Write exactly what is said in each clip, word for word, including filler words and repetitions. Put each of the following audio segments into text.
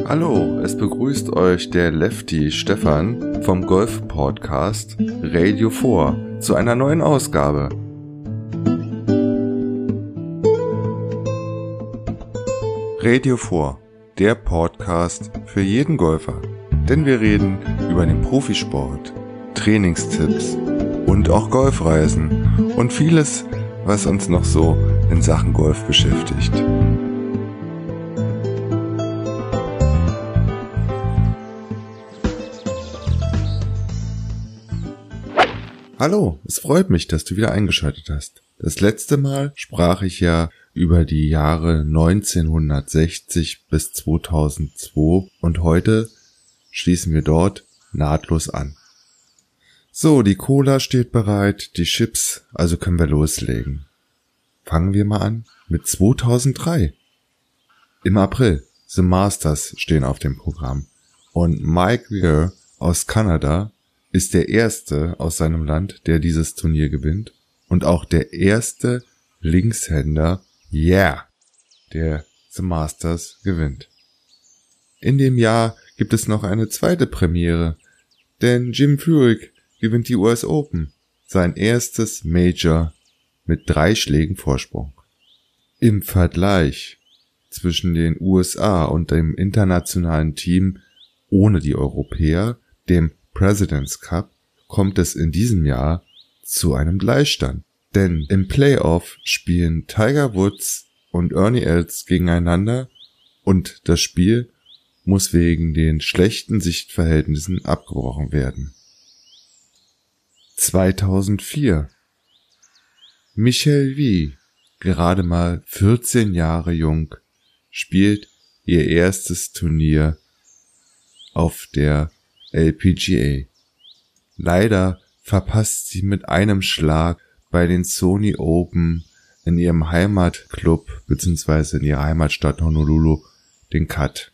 Hallo, es begrüßt euch der Lefty Stefan vom Golf-Podcast Radio vier zu einer neuen Ausgabe. Radio vier, der Podcast für jeden Golfer. Denn wir reden über den Profisport, Trainingstipps und auch Golfreisen und vieles, was uns noch so in Sachen Golf beschäftigt. Hallo, es freut mich, dass du wieder eingeschaltet hast. Das letzte Mal sprach ich ja über die Jahre neunzehnhundertsechzig bis zweitausendzwei und heute schließen wir dort nahtlos an. So, die Cola steht bereit, die Chips, also können wir loslegen. Fangen wir mal an mit zweitausenddrei. Im April, The Masters stehen auf dem Programm und Mike Weir aus Kanada ist der erste aus seinem Land, der dieses Turnier gewinnt und auch der erste Linkshänder, yeah, der The Masters gewinnt. In dem Jahr gibt es noch eine zweite Premiere, denn Jim Furyk gewinnt die U S Open, sein erstes Major mit drei Schlägen Vorsprung. Im Vergleich zwischen den U S A und dem internationalen Team ohne die Europäer, dem President's Cup, kommt es in diesem Jahr zu einem Gleichstand. Denn im Playoff spielen Tiger Woods und Ernie Els gegeneinander und das Spiel muss wegen den schlechten Sichtverhältnissen abgebrochen werden. zweitausendvier. Michelle Wie, gerade mal vierzehn Jahre jung, spielt ihr erstes Turnier auf der L P G A. Leider verpasst sie mit einem Schlag bei den Sony Open in ihrem Heimatclub bzw. in ihrer Heimatstadt Honolulu den Cut.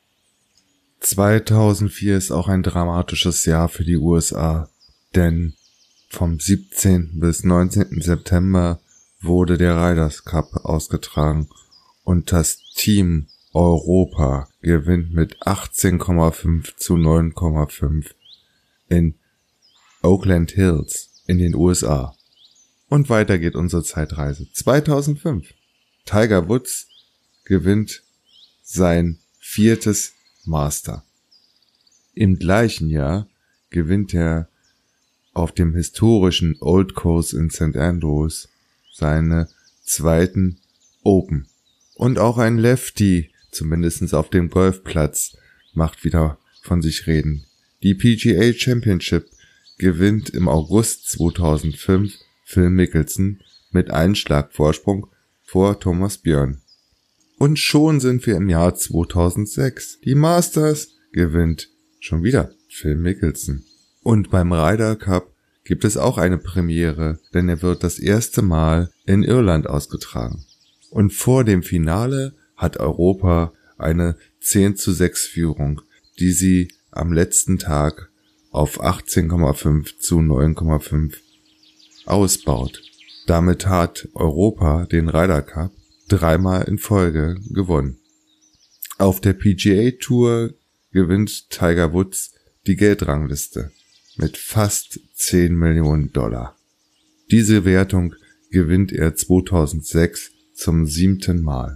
zweitausendvier ist auch ein dramatisches Jahr für die U S A, denn vom siebzehnten bis neunzehnten September wurde der Ryder Cup ausgetragen und das Team Europa gewinnt mit achtzehn Komma fünf zu neun Komma fünf in Oakland Hills in den U S A. Und weiter geht unsere Zeitreise. zweitausendfünf. Tiger Woods gewinnt sein viertes Master. Im gleichen Jahr gewinnt er auf dem historischen Old Course in Saint Andrews seine zweiten Open. Und auch ein Lefty, zumindest auf dem Golfplatz, macht wieder von sich reden. Die P G A Championship gewinnt im August zweitausendfünf Phil Mickelson mit einem Schlag Vorsprung vor Thomas Björn. Und schon sind wir im Jahr zweitausendsechs. Die Masters gewinnt schon wieder Phil Mickelson. Und beim Ryder Cup gibt es auch eine Premiere, denn er wird das erste Mal in Irland ausgetragen. Und vor dem Finale hat Europa eine zehn zu sechs Führung, die sie am letzten Tag auf achtzehn Komma fünf zu neun Komma fünf ausbaut. Damit hat Europa den Ryder Cup dreimal in Folge gewonnen. Auf der P G A Tour gewinnt Tiger Woods die Geldrangliste mit fast zehn Millionen Dollar. Diese Wertung gewinnt er zweitausendsechs zum siebten Mal.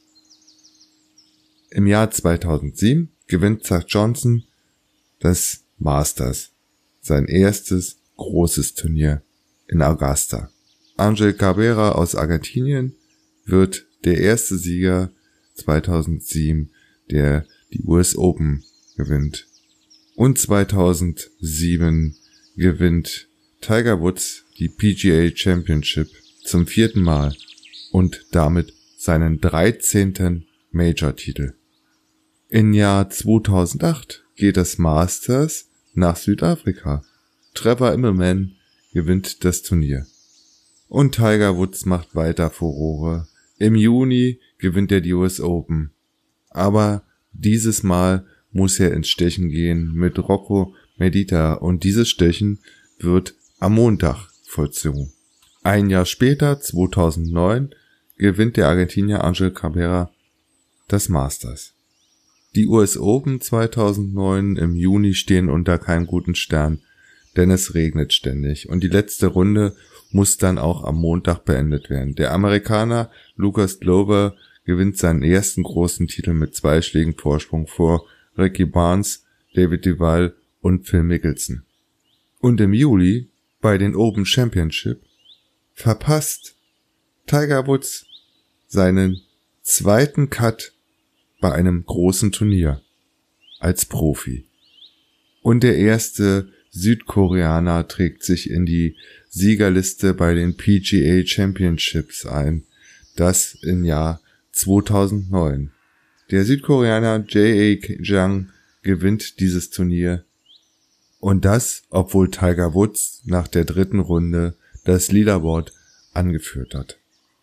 Im Jahr zweitausendsieben gewinnt Zach Johnson das Masters, sein erstes großes Turnier in Augusta. Angel Cabrera aus Argentinien wird der erste Sieger zweitausendsieben, der die U S Open gewinnt. Und zweitausendsieben gewinnt Tiger Woods die P G A Championship zum vierten Mal und damit seinen dreizehnten Major-Titel. Im Jahr zweitausendacht geht das Masters nach Südafrika. Trevor Immelman gewinnt das Turnier. Und Tiger Woods macht weiter Furore. Im Juni gewinnt er die U S Open. Aber dieses Mal muss er ins Stechen gehen mit Rocco Medita und dieses Stechen wird am Montag vollzogen. Ein Jahr später, zweitausendneun, gewinnt der Argentinier Angel Cabrera das Masters. Die U S Open zweitausendneun im Juni stehen unter keinem guten Stern, denn es regnet ständig und die letzte Runde muss dann auch am Montag beendet werden. Der Amerikaner Lucas Glover gewinnt seinen ersten großen Titel mit zwei Schlägen Vorsprung vor Ricky Barnes, David Duval und Phil Mickelson. Und im Juli bei den Open Championship verpasst Tiger Woods seinen zweiten Cut bei einem großen Turnier als Profi. Und der erste Südkoreaner trägt sich in die Siegerliste bei den P G A Championships ein, das im Jahr zweitausendneun. Der Südkoreaner Jae Jang gewinnt dieses Turnier und das, obwohl Tiger Woods nach der dritten Runde das Leaderboard angeführt hat.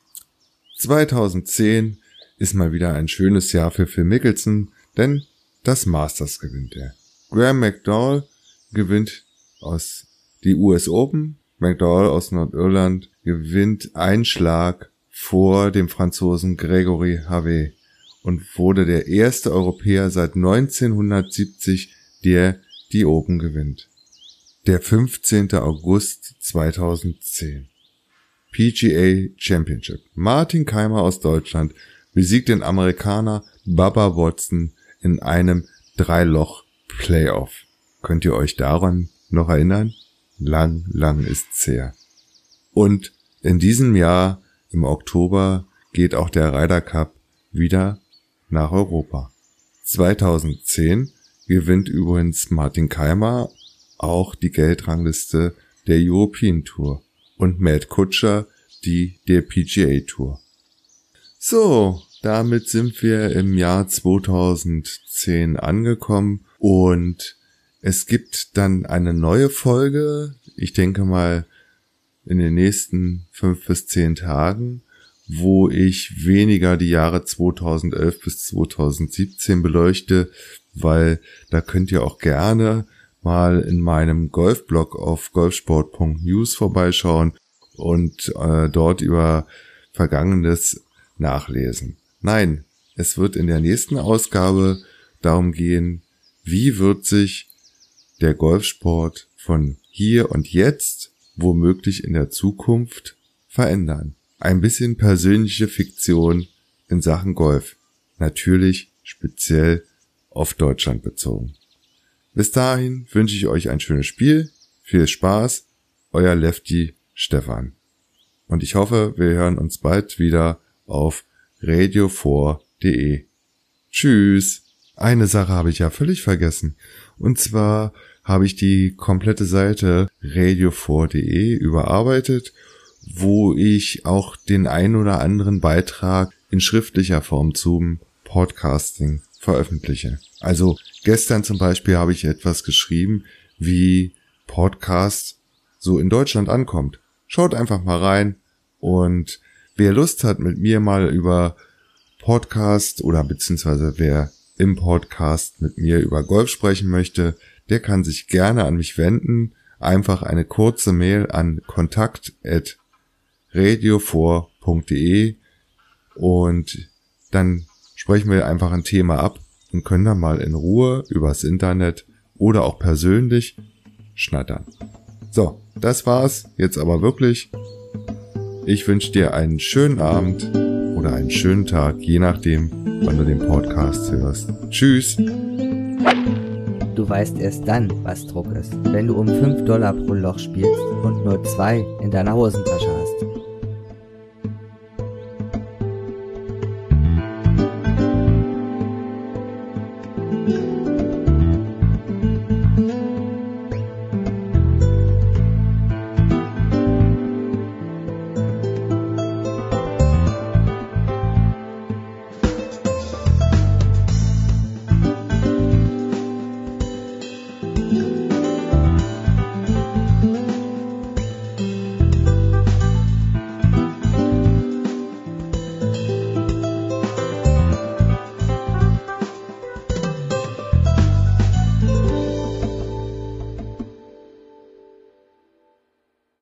zweitausendzehn ist mal wieder ein schönes Jahr für Phil Mickelson, denn das Masters gewinnt er. Graham McDowell gewinnt aus die U S Open. McDowell aus Nordirland gewinnt einen Schlag vor dem Franzosen Gregory Havet und wurde der erste Europäer seit neunzehnhundertsiebzig, der die Open gewinnt. Der fünfzehnten August zweitausendzehn. P G A Championship. Martin Kaymer aus Deutschland besiegt den Amerikaner Bubba Watson in einem Drei-Loch-Playoff. Könnt ihr euch daran noch erinnern? Lang, lang ist's her. Und in diesem Jahr, im Oktober, geht auch der Ryder Cup wieder nach Europa. zweitausendzehn gewinnt übrigens Martin Kaymer auch die Geldrangliste der European Tour und Matt Kutscher die der P G A Tour. So, damit sind wir im Jahr zweitausendzehn angekommen und es gibt dann eine neue Folge, ich denke mal in den nächsten fünf bis zehn Tagen, wo ich weniger die Jahre zweitausendelf bis zweitausendsiebzehn beleuchte, weil da könnt ihr auch gerne mal in meinem Golfblog auf golfsport punkt news vorbeischauen und äh, dort über Vergangenes nachlesen. Nein, es wird in der nächsten Ausgabe darum gehen, wie wird sich der Golfsport von hier und jetzt, womöglich in der Zukunft, verändern. Ein bisschen persönliche Fiktion in Sachen Golf. Natürlich speziell auf Deutschland bezogen. Bis dahin wünsche ich euch ein schönes Spiel, viel Spaß, euer Lefty Stefan. Und ich hoffe, wir hören uns bald wieder auf radio vier punkt de. Tschüss! Eine Sache habe ich ja völlig vergessen. Und zwar habe ich die komplette Seite radio vier punkt de überarbeitet, wo ich auch den ein oder anderen Beitrag in schriftlicher Form zum Podcasting veröffentliche. Also gestern zum Beispiel habe ich etwas geschrieben, wie Podcast so in Deutschland ankommt. Schaut einfach mal rein und wer Lust hat, mit mir mal über Podcast oder beziehungsweise wer im Podcast mit mir über Golf sprechen möchte, der kann sich gerne an mich wenden. Einfach eine kurze Mail an kontakt at radio vier punkt de und dann sprechen wir einfach ein Thema ab und können dann mal in Ruhe übers Internet oder auch persönlich schnattern. So, das war's jetzt aber wirklich. Ich wünsche dir einen schönen Abend oder einen schönen Tag, je nachdem, wann du den Podcast hörst. Tschüss! Du weißt erst dann, was Druck ist, wenn du um fünf Dollar pro Loch spielst und nur zwei in deiner Hosentasche hast.